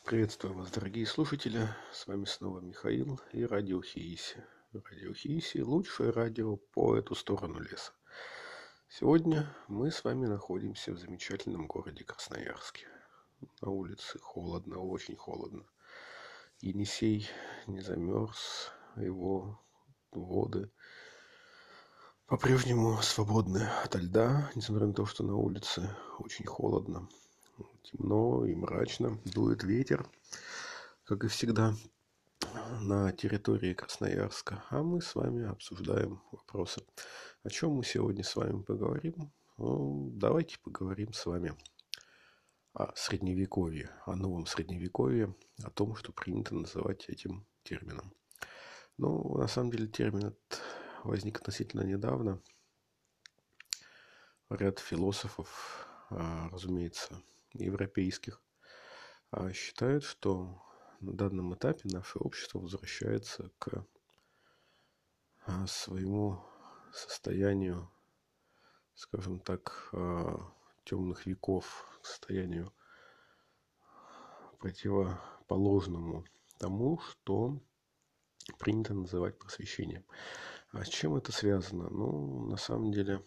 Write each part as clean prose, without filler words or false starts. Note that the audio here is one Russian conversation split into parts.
Приветствую вас, дорогие слушатели. С вами снова Михаил и Радио Хииси. Радио Хииси – лучшее радио по эту сторону леса. Сегодня мы с вами находимся в замечательном городе Красноярске. На улице холодно, очень холодно. Енисей не замерз, его воды по-прежнему свободны ото льда, несмотря на то, что на улице очень холодно, темно и мрачно, дует ветер, как и всегда на территории Красноярска, а мы с вами обсуждаем вопросы. О чем мы сегодня с вами поговорим? Ну, давайте поговорим с вами о средневековье, о новом средневековье, о том, что принято называть этим термином. Ну, на самом деле термин этот возник относительно недавно. Ряд философов, разумеется, европейских, считают, что на данном этапе наше общество возвращается к своему состоянию, скажем так, темных веков, к состоянию противоположному тому, что принято называть просвещением. А с чем это связано? Ну, на самом деле,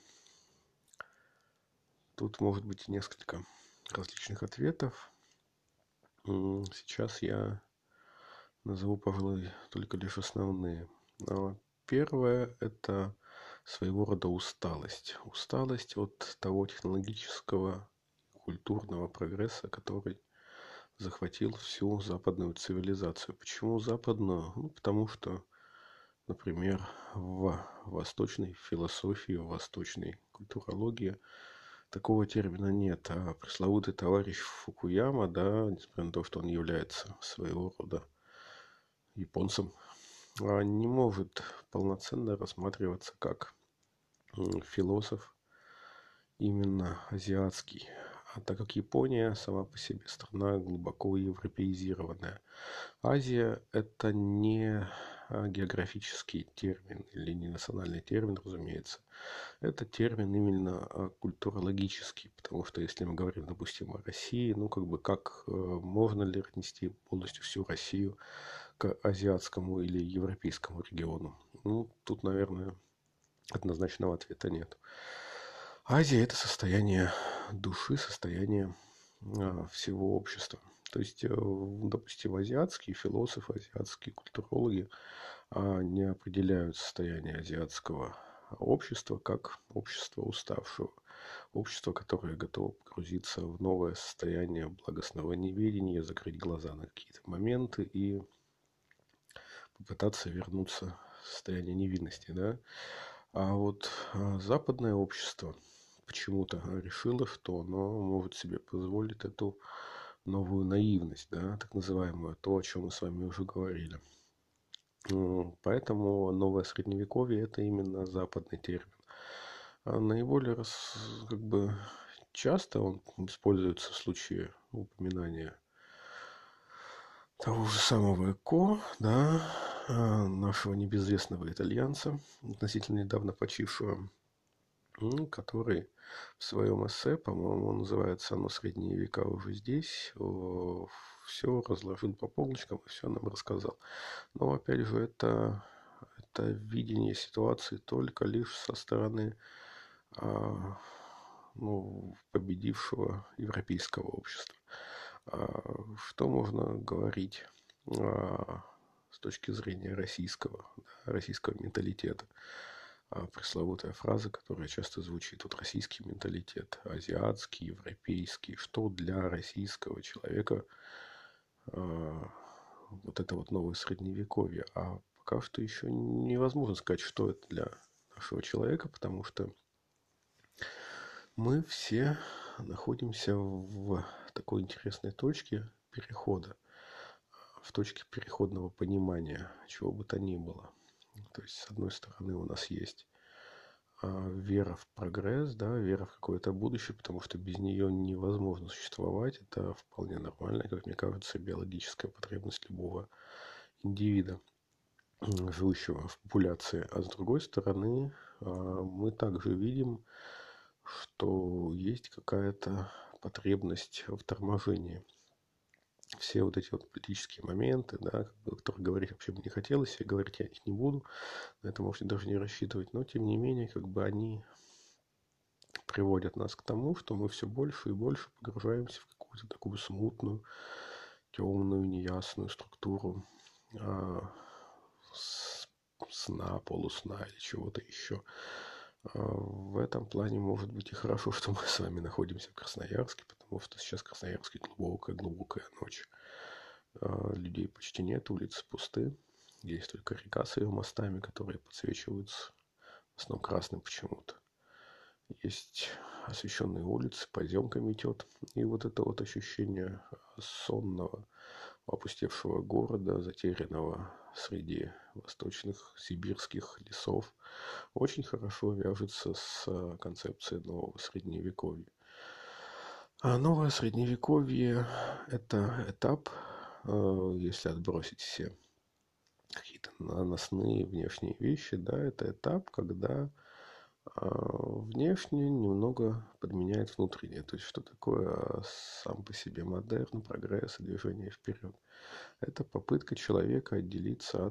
тут может быть несколько различных ответов. Сейчас я назову, пожалуй, только лишь основные. Первое – это своего рода усталость. Усталость от того технологического, культурного прогресса, который захватил всю западную цивилизацию. Почему западную? Ну, потому что, например, в восточной философии, в восточной культурологии такого термина нет. А пресловутый товарищ Фукуяма, да, несмотря на то, что он является своего рода японцем, не может полноценно рассматриваться как философ именно азиатский. А так как Япония сама по себе страна глубоко европеизированная. Азия – это не географический термин или не национальный термин, разумеется. Это термин именно культурологический, потому что если мы говорим, допустим, о России, ну как бы как можно ли отнести полностью всю Россию к азиатскому или европейскому региону? Ну, тут, наверное, однозначного ответа нет. Азия – это состояние души, состояние всего общества. То есть, допустим, азиатские философы, азиатские культурологи не определяют состояние азиатского общества как общество уставшего. Общество, которое готово погрузиться в новое состояние благостного неведения, закрыть глаза на какие-то моменты и попытаться вернуться в состояние невинности, да. А вот западное общество почему-то решило, что оно может себе позволить эту новую наивность, да, так называемую, то, о чем мы с вами уже говорили. Поэтому новое средневековье – это именно западный термин. Наиболее как бы часто он используется в случае упоминания того же самого Эко, да, нашего небезызвестного итальянца, относительно недавно почившего, который в своем эссе, по-моему, называется оно «Средние века уже здесь», все разложил по полочкам и все нам рассказал. Но, опять же, это видение ситуации только лишь со стороны победившего европейского общества. Что можно говорить с точки зрения российского менталитета? Пресловутая фраза, которая часто звучит: вот российский менталитет, азиатский, европейский. Что для российского человека вот это вот новое средневековье? А пока что еще невозможно сказать, что это для нашего человека, потому что мы все находимся в такой интересной точке перехода, в точке переходного понимания чего бы то ни было. То есть, с одной стороны, у нас есть вера в прогресс, да, вера в какое-то будущее, потому что без нее невозможно существовать. Это вполне нормально, как мне кажется, биологическая потребность любого индивида, живущего в популяции. А с другой стороны, мы также видим, что есть какая-то потребность в торможении. все вот эти вот политические моменты, да, как бы, о которых говорить вообще бы не хотелось, и говорить я о них не буду, на это можете даже не рассчитывать, но тем не менее, как бы они приводят нас к тому, что мы все больше и больше погружаемся в какую-то такую смутную, темную, неясную структуру а, сна, полусна или чего-то еще. В этом плане может быть и хорошо, что мы с вами находимся в Красноярске, потому что сейчас в Красноярске глубокая ночь. Людей почти нет, улицы пусты. Есть только река с ее мостами, которые подсвечиваются в основном красным почему-то. Есть освещенные улицы, подъемка метет. И вот это вот ощущение сонного, опустевшего города, затерянного среди восточных сибирских лесов, очень хорошо вяжется с концепцией нового средневековья. А новое средневековье – это этап, если отбросить все какие-то наносные внешние вещи, да, это этап, когда внешне немного подменяет внутреннее. То есть, что такое сам по себе модерн, прогресс и движение вперед? Это попытка человека отделиться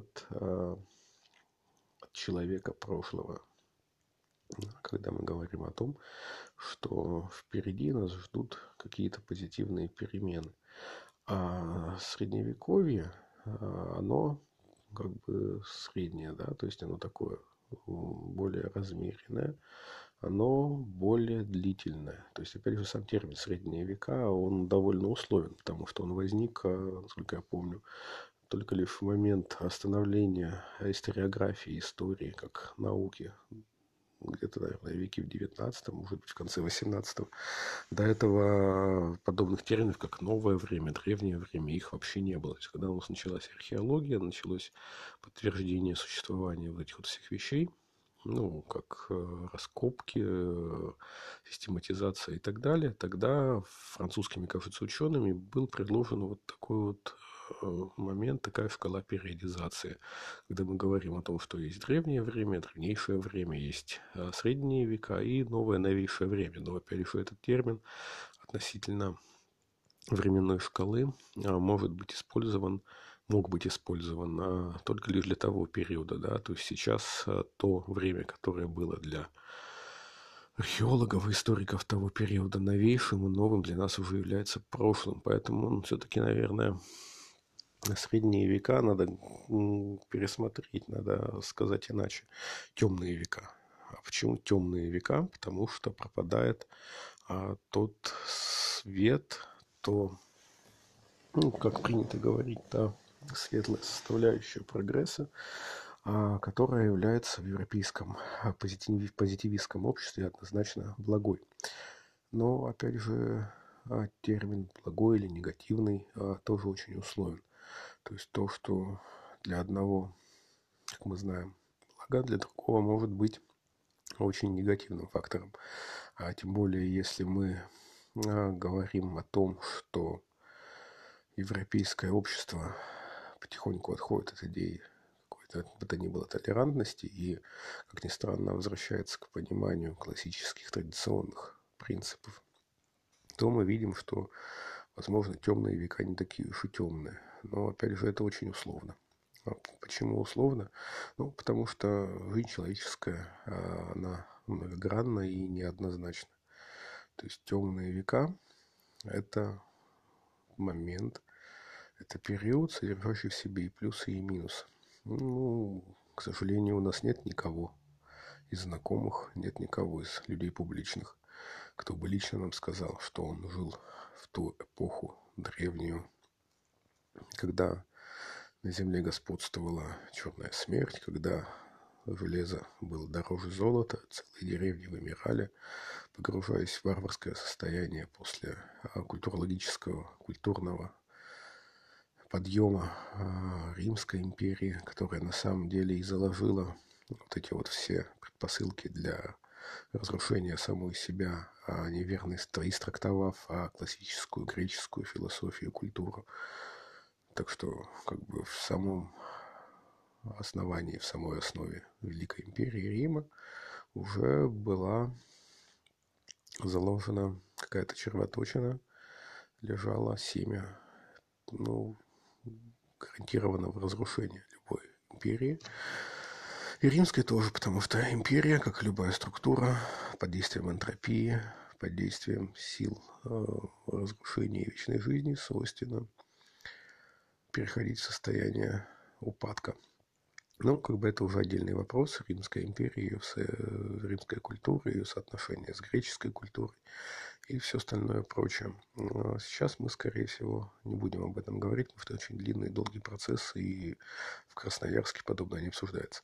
от человека прошлого. Когда мы говорим о том, что впереди нас ждут какие-то позитивные перемены. А средневековье, оно как бы среднее, да, то есть оно такое более размеренное, оно более длительное. То есть, опять же, сам термин «средние века», он довольно условен, потому что он возник, насколько я помню, только лишь в момент становления историографии, истории как науки, где-то, наверное, веке в 19, может быть, в конце 18. До этого подобных терминов, как новое время, древнее время, их вообще не было. То есть, когда у нас началась археология, началось подтверждение существования вот этих вот всех вещей, ну, как раскопки, систематизация и так далее, тогда французскими, кажется, учеными был предложен вот такой вот момент, такая шкала периодизации, когда мы говорим о том, что есть древнее время, древнейшее время, есть средние века и новое новейшее время. Но, опять же, этот термин относительно временной шкалы мог быть использован только лишь для того периода, да, то есть сейчас то время, которое было для археологов и историков того периода новейшим и новым, для нас уже является прошлым, поэтому все-таки, наверное, средние века надо пересмотреть, надо сказать иначе, темные века. А почему темные века? Потому что пропадает тот свет, то, ну, как принято говорить, та светлая составляющая прогресса, которая является в европейском позитивистском обществе однозначно благой. Но, опять же, термин благой или негативный тоже очень условен. То есть то, что для одного, как мы знаем, блага, для другого может быть очень негативным фактором. А тем более, если мы говорим о том, что европейское общество потихоньку отходит от идеи какой-то бы то ни было толерантности и, как ни странно, возвращается к пониманию классических традиционных принципов, то мы видим, что, возможно, темные века не такие уж и темные. Но, опять же, это очень условно. Почему условно? Ну, потому что жизнь человеческая, она многогранна и неоднозначна. То есть темные века – это момент, это период, содержащий в себе и плюсы, и минусы. Ну, к сожалению, у нас нет никого из знакомых, нет никого из людей публичных, кто бы лично нам сказал, что он жил в ту эпоху древнюю, когда на земле господствовала черная смерть, когда железо было дороже золота, целые деревни вымирали, погружаясь в варварское состояние после культурного подъема Римской империи, которая на самом деле и заложила вот эти вот все предпосылки для разрушения самой себя, неверно истрактовав классическую греческую философию и культуру. Так что, как бы в самом основании, в самой основе Великой империи Рима уже была заложена какая-то червоточина, лежало семя гарантированного разрушения любой империи. И римской тоже, потому что империя, как и любая структура, под действием энтропии, под действием сил разрушения и вечной жизни свойственно переходить в состояние упадка. Это уже отдельный вопрос. Римская империя, римская культура, ее соотношение с греческой культурой и все остальное прочее. Сейчас мы, скорее всего, не будем об этом говорить, потому что это очень длинный и долгий процесс, и в Красноярске подобное не обсуждается.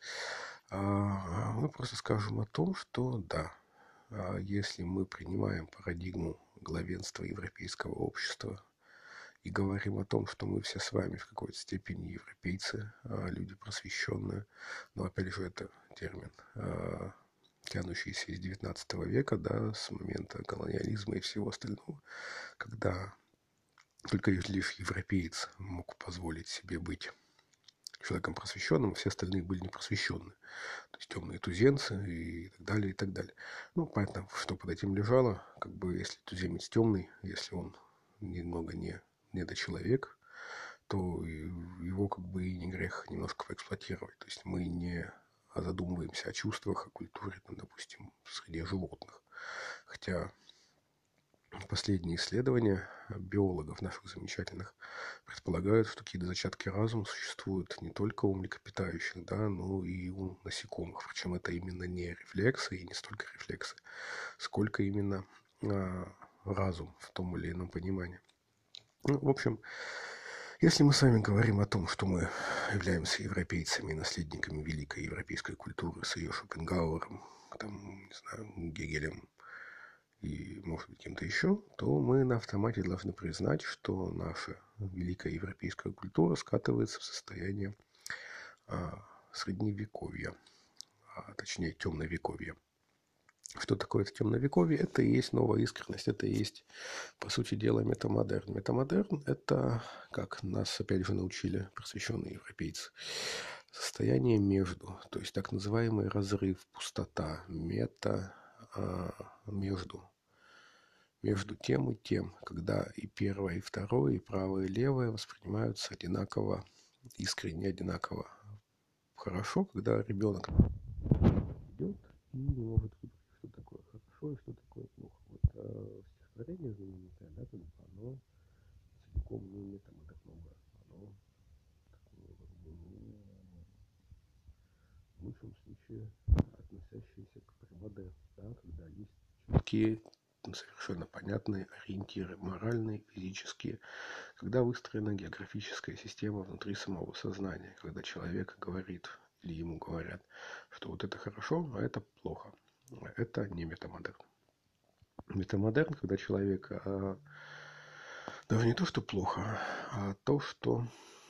Мы просто скажем о том, что да, если мы принимаем парадигму главенства европейского общества и говорим о том, что мы все с вами в какой-то степени европейцы, люди просвещенные, но опять же это термин, тянущийся из XIX века, да, с момента колониализма и всего остального, когда только лишь европеец мог позволить себе быть человеком просвещенным, а все остальные были непросвещенные. То есть темные туземцы и так далее, и так далее. Понятно, что под этим лежало, если туземец темный, если он немного не недочеловек, то его и не грех немножко поэксплуатировать. То есть мы не задумываемся о чувствах, о культуре, допустим, среди животных. Хотя последние исследования биологов наших замечательных предполагают, что какие-то зачатки разума существуют не только у млекопитающих, да, но и у насекомых. Причем это именно не рефлексы и не столько рефлексы, сколько именно разум в том или ином понимании. В общем, если мы с вами говорим о том, что мы являемся европейцами, наследниками великой европейской культуры с ее Шопенгауэром, Гегелем и, может быть, кем-то еще, то мы на автомате должны признать, что наша великая европейская культура скатывается в состояние средневековья, точнее темновековья. Что такое это темновековье? Это и есть новая искренность, это и есть, по сути дела, метамодерн. Метамодерн – это, как нас, опять же, научили просвещенные европейцы, состояние между, то есть так называемый разрыв, пустота, между тем и тем, когда и первое, и второе, и правое, и левое воспринимаются одинаково искренне, одинаково хорошо, когда ребенок идет и не может выбрать, что такое хорошо и что такое плохо. Стихотворение знаменитое, да, оно целиком не метамодерновое, оно такое, в лучшем случае относящееся к премодерну, да, когда есть четкие, совершенно понятные ориентиры, моральные, физические, когда выстроена географическая система внутри самого сознания, когда человек говорит или ему говорят, что вот это хорошо, а это плохо. Это не метамодерн. Метамодерн, когда человек даже не то, что плохо, а то, что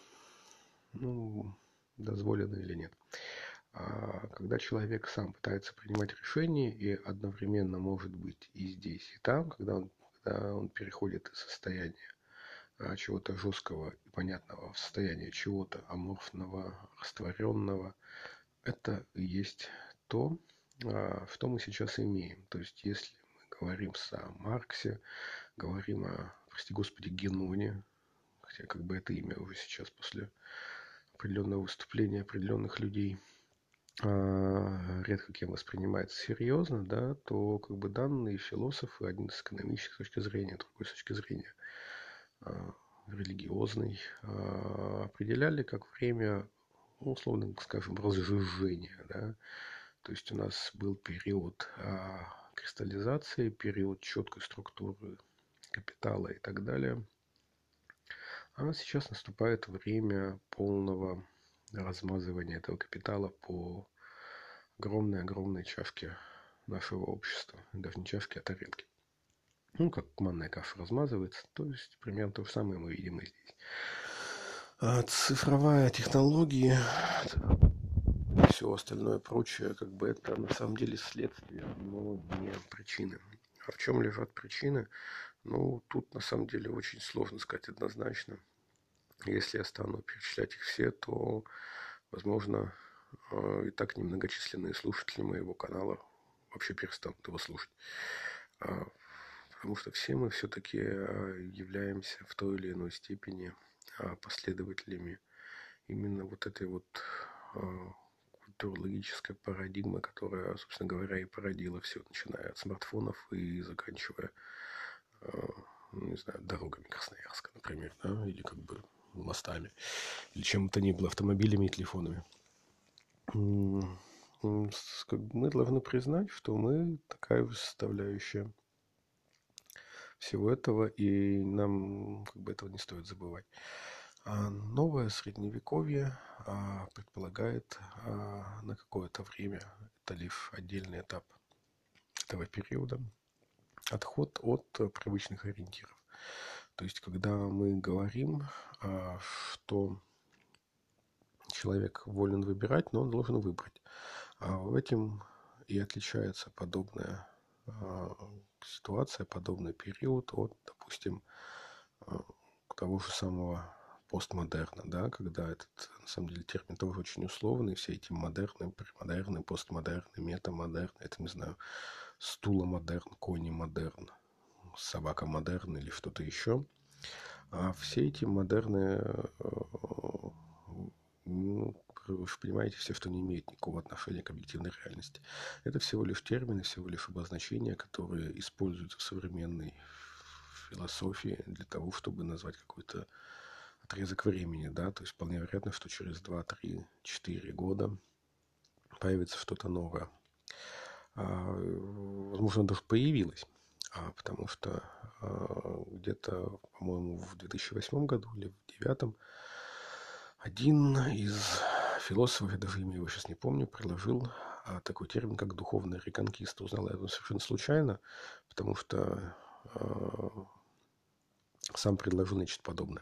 дозволено или нет. Когда человек сам пытается принимать решения и одновременно может быть и здесь, и там, когда он переходит из состояния чего-то жесткого и понятного в состояние чего-то аморфного, растворенного, это и есть то, что мы сейчас имеем. То есть, если мы говорим о Марксе, говорим о, прости господи, Геноне, хотя это имя уже сейчас после определенного выступления определенных людей редко кем воспринимается серьезно, да, то данные философы, один с экономической точки зрения, другой с точки зрения религиозной, определяли как время, условно скажем, разжижения, да. То есть у нас был период кристаллизации, период четкой структуры капитала и так далее. А сейчас наступает время полного размазывания этого капитала по огромной чашке нашего общества. Даже не чашки, а тарелки. Как манная каша размазывается. То есть примерно то же самое мы видим и здесь. Цифровая технология, все остальное прочее, это на самом деле следствие, но не причины. А в чем лежат причины? Тут на самом деле очень сложно сказать однозначно. Если я стану перечислять их все, то, возможно, и так немногочисленные слушатели моего канала вообще перестанут его слушать. Потому что все мы все-таки являемся в той или иной степени последователями именно вот этой вот культурологической парадигмы, которая, собственно говоря, и породила все, начиная от смартфонов и заканчивая, не знаю, дорогами Красноярска, например, да, или как бы мостами, или чем бы то ни было, автомобилями и телефонами. Мы должны признать, что мы такая составляющая всего этого, и нам как бы этого не стоит забывать. Новое средневековье предполагает на какое-то время, это лишь отдельный этап этого периода, отход от привычных ориентиров. То есть, когда мы говорим, что человек волен выбирать, но он должен выбрать. В этом и отличается подобная ситуация, подобный период от, допустим, того же самого постмодерна, да, когда этот, на самом деле, термин тоже очень условный, все эти модерны, премодерны, постмодерны, метамодерны, это, не знаю, стуломодерн, кони-модерн, собака-модерн или что-то еще. А все эти модерны, вы же понимаете все, что не имеет никакого отношения к объективной реальности. Это всего лишь термины, всего лишь обозначения, которые используются в современной философии для того, чтобы назвать какой-то отрезок времени, да, то есть вполне вероятно, что через 2, 3, 4 года появится что-то новое. Возможно, даже появилось, потому что где-то, по-моему, в 2008 году или в 2009 один из философов, я даже имя его сейчас не помню, предложил такой термин, как духовная реконкиста. Узнал я его совершенно случайно, потому что сам предложил нечто подобное.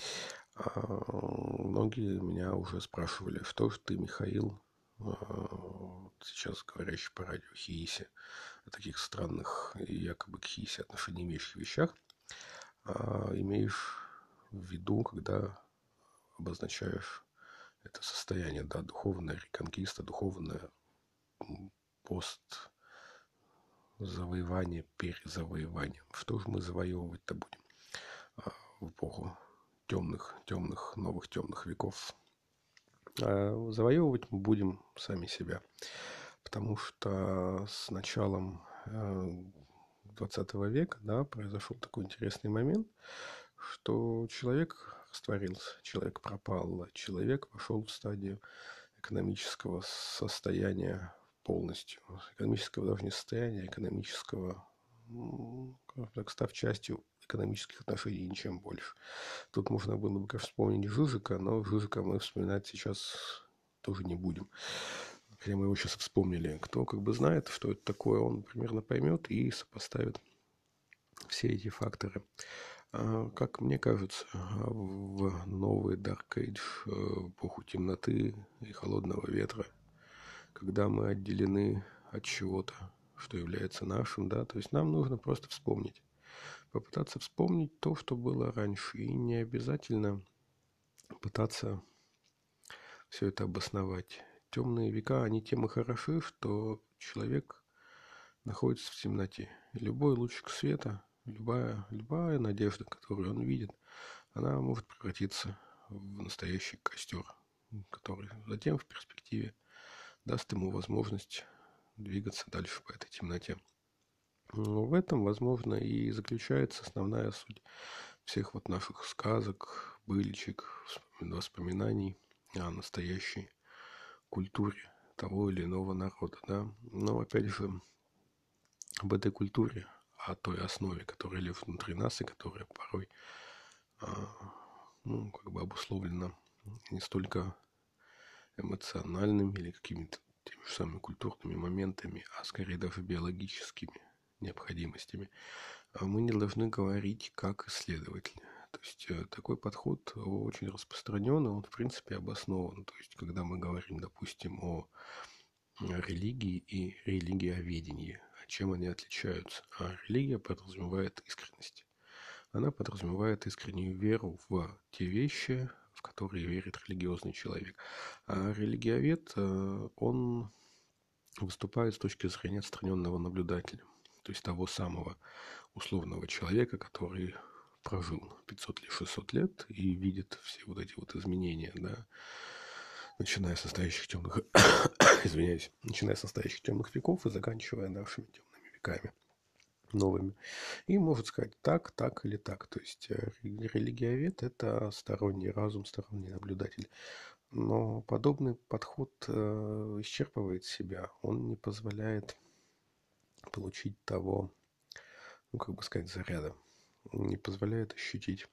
Многие меня уже спрашивали, что же ты, Михаил, сейчас говорящий по радио Хиисе, о таких странных и якобы к Хиисе отношения имеющих вещах, имеешь в виду, когда обозначаешь это состояние, да, духовная реконкиста, духовное постзавоевание, перезавоевание. Что же мы завоевывать-то будем в эпоху новых темных веков? Завоевывать мы будем сами себя. Потому что с началом 20 века, да, произошел такой интересный момент, что человек растворился, человек пропал, человек вошел в стадию экономического состояния полностью. Экономического даже не состояния, экономического, так, став частью экономических отношений, ничем больше. Тут можно было бы, конечно, вспомнить Жижика, но Жижика мы вспоминать сейчас тоже не будем. Хотя мы его сейчас вспомнили. Кто как бы знает, что это такое, он примерно поймет и сопоставит все эти факторы. Как мне кажется, в новый Dark Age, в эпоху темноты и холодного ветра, когда мы отделены от чего-то, что является нашим, да, то есть нам нужно просто вспомнить. Попытаться вспомнить то, что было раньше. И не обязательно пытаться все это обосновать. Темные века, они тем и хороши, что человек находится в темноте. И любой лучик света, любая надежда, которую он видит, она может превратиться в настоящий костер, который затем в перспективе даст ему возможность двигаться дальше по этой темноте. В этом, возможно, и заключается основная суть всех вот наших сказок, быличек, воспоминаний о настоящей культуре того или иного народа, да. Но, опять же, об этой культуре, о той основе, которая лежит внутри нас и которая порой, как бы обусловлена не столько эмоциональными или какими-то теми же самыми культурными моментами, а скорее даже биологическими необходимостями, мы не должны говорить как исследователи. То есть такой подход очень распространен, и он в принципе обоснован. То есть когда мы говорим, допустим, о религии и религиоведении, чем они отличаются? Религия подразумевает искренность. Она подразумевает искреннюю веру в те вещи, в которые верит религиозный человек. А религиовед, он выступает с точки зрения отстраненного наблюдателя. То есть того самого условного человека, который прожил 500 или 600 лет и видит все вот эти вот изменения, да, начиная с настоящих темных, извиняюсь, начиная с настоящих темных веков и заканчивая нашими темными веками новыми. И может сказать так, так или так. То есть религиовед – это сторонний разум, сторонний наблюдатель. Но подобный подход исчерпывает себя. Он не позволяет получить того, ну, как бы сказать, заряда. Он не позволяет ощутить,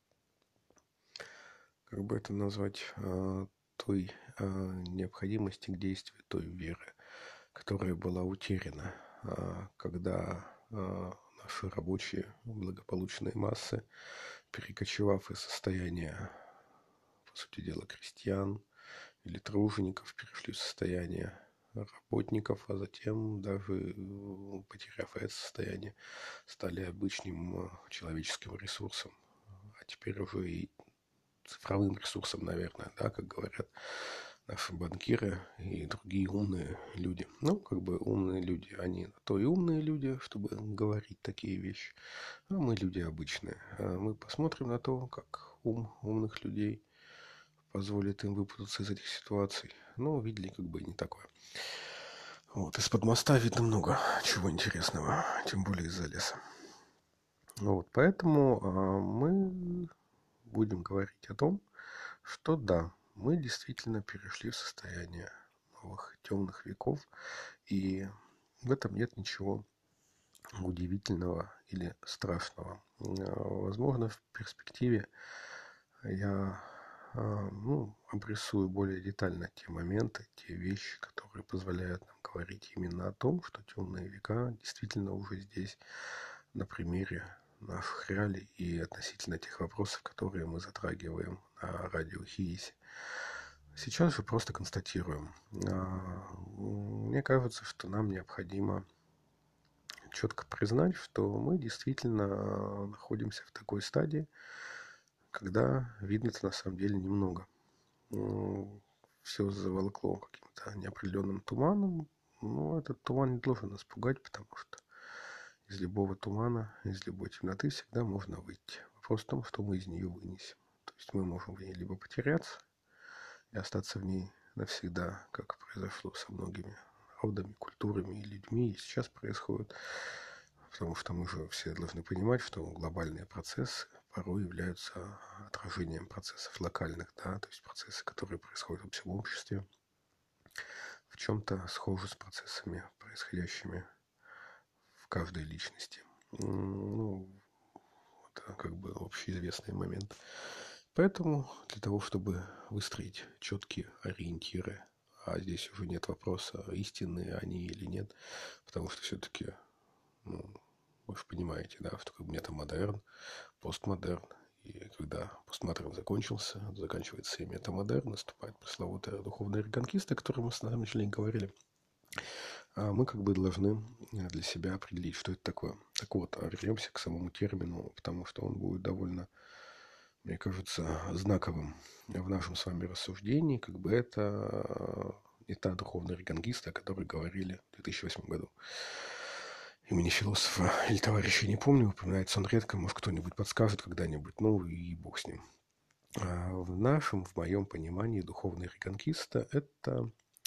как бы это назвать, той необходимости к действию, той веры, которая была утеряна, когда наши рабочие благополучные массы, перекочевав из состояния, по сути дела, крестьян или тружеников, перешли в состояние работников, а затем даже, потеряв это состояние, стали обычным человеческим ресурсом, а теперь уже и цифровым ресурсом, наверное, да, как говорят наши банкиры и другие умные люди. Ну, как бы умные люди, они на то и умные люди, чтобы говорить такие вещи, а мы люди обычные. Мы посмотрим на то, как ум умных людей позволит им выпутаться из этих ситуаций. Но видели как бы не такое. Вот, из-под моста видно много чего интересного, тем более из-за леса. Вот, поэтому мы будем говорить о том, что да, мы действительно перешли в состояние новых темных веков, и в этом нет ничего удивительного или страшного. Возможно, в перспективе я обрисую более детально те моменты, те вещи, которые позволяют нам говорить именно о том, что темные века действительно уже здесь, на примере наших реалий и относительно тех вопросов, которые мы затрагиваем на радио Хииси. Сейчас же просто констатируем. Мне кажется, что нам необходимо четко признать, что мы действительно находимся в такой стадии, когда видно-то на самом деле немного. Все заволокло каким-то неопределенным туманом, но этот туман не должен нас пугать, потому что из любого тумана, из любой темноты всегда можно выйти. Вопрос в том, что мы из нее вынесем. То есть мы можем в ней либо потеряться и остаться в ней навсегда, как произошло со многими народами, культурами и людьми, и сейчас происходит. Потому что мы же все должны понимать, что глобальные процессы порой являются отражением процессов локальных, да, то есть процессы, которые происходят во всем обществе, в чем-то схожи с процессами, происходящими в каждой личности. Ну, это как бы общеизвестный момент. Поэтому для того, чтобы выстроить четкие ориентиры, а здесь уже нет вопроса, истинные они или нет, потому что все-таки, вы же понимаете, да, что как бы метамодерн, постмодерн, и когда постмодерн закончился, заканчивается и метамодерн, наступает пресловутая духовная реконкиста, о которой мы с вами начали говорили. Мы как бы должны для себя определить, что это такое. Так вот, вернемся к самому термину, потому что он будет довольно, мне кажется, знаковым в нашем с вами рассуждении. Как бы это не та духовная реконкиста, о которой говорили в 2008 году. Имени философа или товарища не помню, упоминается он редко, может кто-нибудь подскажет когда-нибудь, ну и бог с ним. В нашем, в моем понимании, духовная реконкиста – это,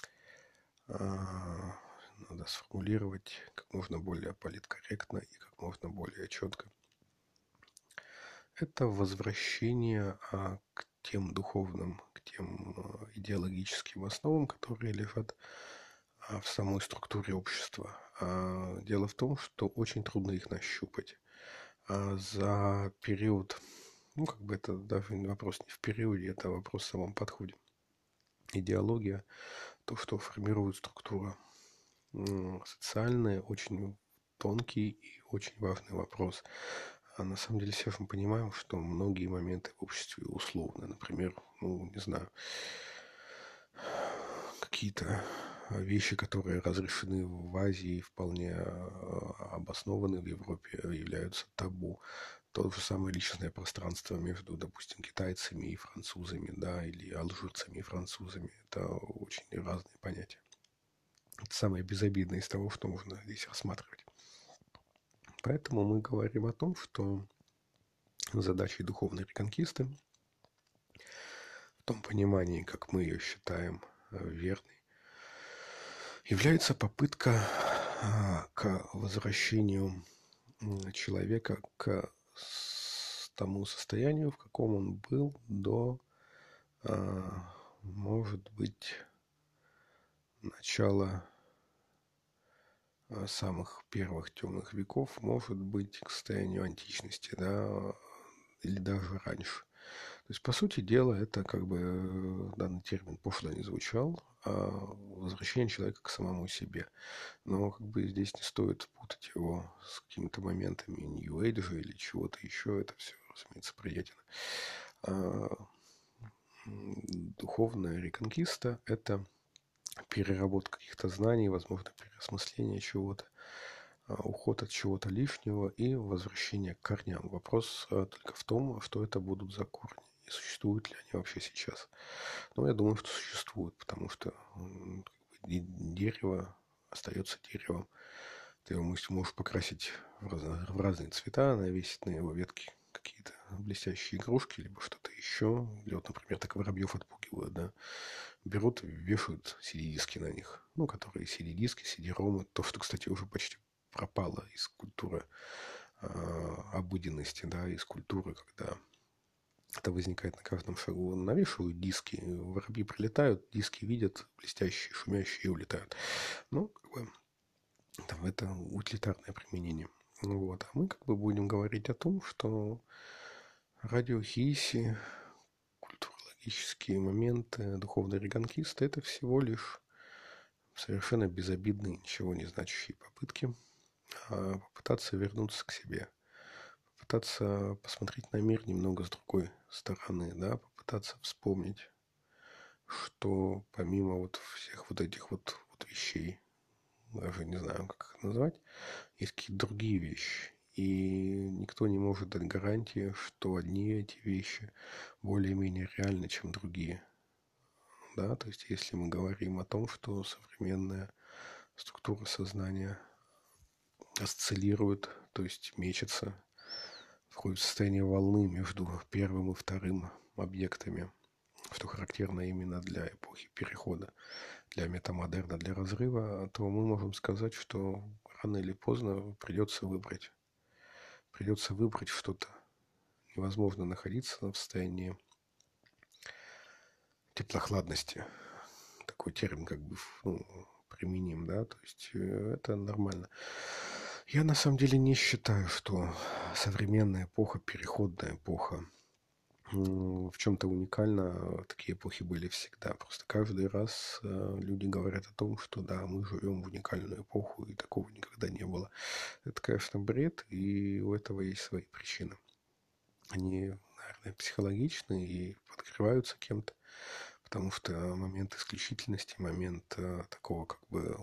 надо сформулировать как можно более политкорректно и как можно более четко. Это возвращение к тем духовным, к тем идеологическим основам, которые лежат в самой структуре общества. Дело в том, что очень трудно их нащупать. За период, как бы это даже вопрос не в периоде, это вопрос в самом подходе. Идеология, то, что формирует структура, социальная, очень тонкий и очень важный вопрос. А на самом деле сейчас мы понимаем, что многие моменты в обществе условны. Например, не знаю, какие-то вещи, которые разрешены в Азии, вполне обоснованы в Европе, являются табу. То же самое личностное пространство между, допустим, китайцами и французами, да, или алжирцами и французами. Это очень разные понятия. Это самое безобидное из того, что можно здесь рассматривать. Поэтому мы говорим о том, что задачей духовной реконкисты, в том понимании, как мы ее считаем верной, является попытка к возвращению человека к тому состоянию, в каком он был до, может быть, начала самых первых темных веков, может быть, к состоянию античности, да, или даже раньше. То есть, по сути дела, это как бы данный термин пошло не звучал, возвращение человека к самому себе. Но как бы здесь не стоит путать его с какими-то моментами New Age или чего-то еще. Это все, разумеется, приятно. Духовная реконкиста – это переработка каких-то знаний, возможно, переосмысление чего-то, уход от чего-то лишнего и возвращение к корням. Вопрос только в том, что это будут за корни и существуют ли они вообще сейчас. Но я думаю, что существуют, потому что дерево остается деревом. Ты его можешь покрасить в разные цвета, навесить на его ветки какие-то блестящие игрушки, либо что-то еще. Или вот, например, так воробьев отпугивают, да. Берут и вешают CD-диски на них. Ну, которые CD-диски, CD-ромы. То, что, кстати, уже почти пропало из культуры обыденности, да, из культуры, когда это возникает на каждом шагу. Навешивают диски, воробьи прилетают, диски видят, блестящие, шумящие, и улетают. Ну, как бы, там, это утилитарное применение. Вот. А мы как бы будем говорить о том, что радиохиси, культурологические моменты, духовные реконкисты – это всего лишь совершенно безобидные, ничего не значащие попытки попытаться вернуться к себе, попытаться посмотреть на мир немного с другой стороны, да, попытаться вспомнить, что помимо вот всех вот этих вот вещей, даже не знаю, как их назвать, есть какие-то другие вещи. И никто не может дать гарантии, что одни эти вещи более-менее реальны, чем другие. Да, то есть если мы говорим о том, что современная структура сознания осциллирует, то есть мечется, входит в состояние волны между первым и вторым объектами, что характерно именно для эпохи перехода, для метамодерна, для разрыва, то мы можем сказать, что рано или поздно придется выбрать. Придется выбрать что-то. Невозможно находиться в состоянии теплохладности. Такой термин как бы применим, да, то есть это нормально. Я на самом деле не считаю, что современная эпоха, переходная эпоха, в чем-то уникально. Такие эпохи были всегда. Просто каждый раз люди говорят о том, что да, мы живем в уникальную эпоху, и такого никогда не было. Это, конечно, бред, и у этого есть свои причины. Они, наверное, психологичны и подкрываются кем-то, потому что момент исключительности, момент такого как бы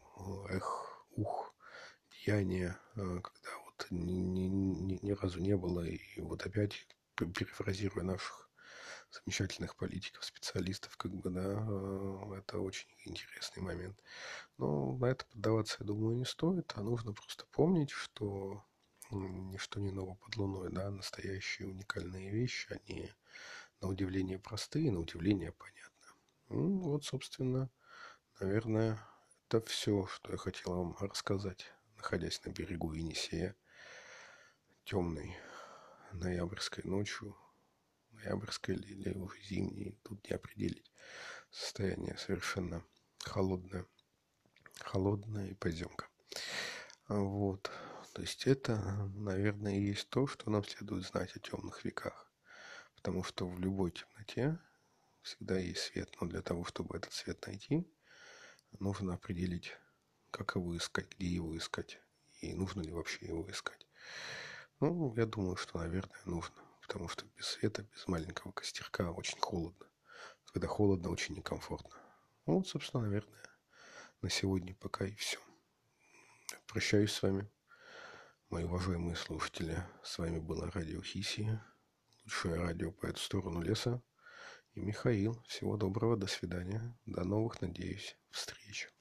деяния, когда вот ни разу не было, и вот опять, перефразируя наших замечательных политиков, специалистов, как бы, да, это очень интересный момент. Но на это поддаваться, я думаю, не стоит, а нужно просто помнить, что ничто не ново под луной, да, настоящие уникальные вещи, они на удивление простые, на удивление понятны. Ну, вот, собственно, наверное, это все, что я хотел вам рассказать, находясь на берегу Енисея, темной ноябрьской ночью, ноябрьской или уже зимней, тут не определить. Состояние совершенно холодное, холодная и поземка. Вот. То есть это, наверное, и есть то, что нам следует знать о темных веках. Потому что в любой темноте всегда есть свет. Но для того, чтобы этот свет найти, нужно определить, как его искать, где его искать. И нужно ли вообще его искать. Ну, я думаю, что, наверное, нужно. Потому что без света, без маленького костерка очень холодно. Когда холодно, очень некомфортно. Ну, вот, собственно, наверное, на сегодня пока и все. Прощаюсь с вами, мои уважаемые слушатели. С вами было радио Хиси, лучшее радио по эту сторону леса. И Михаил. Всего доброго, до свидания. До новых, надеюсь, встреч.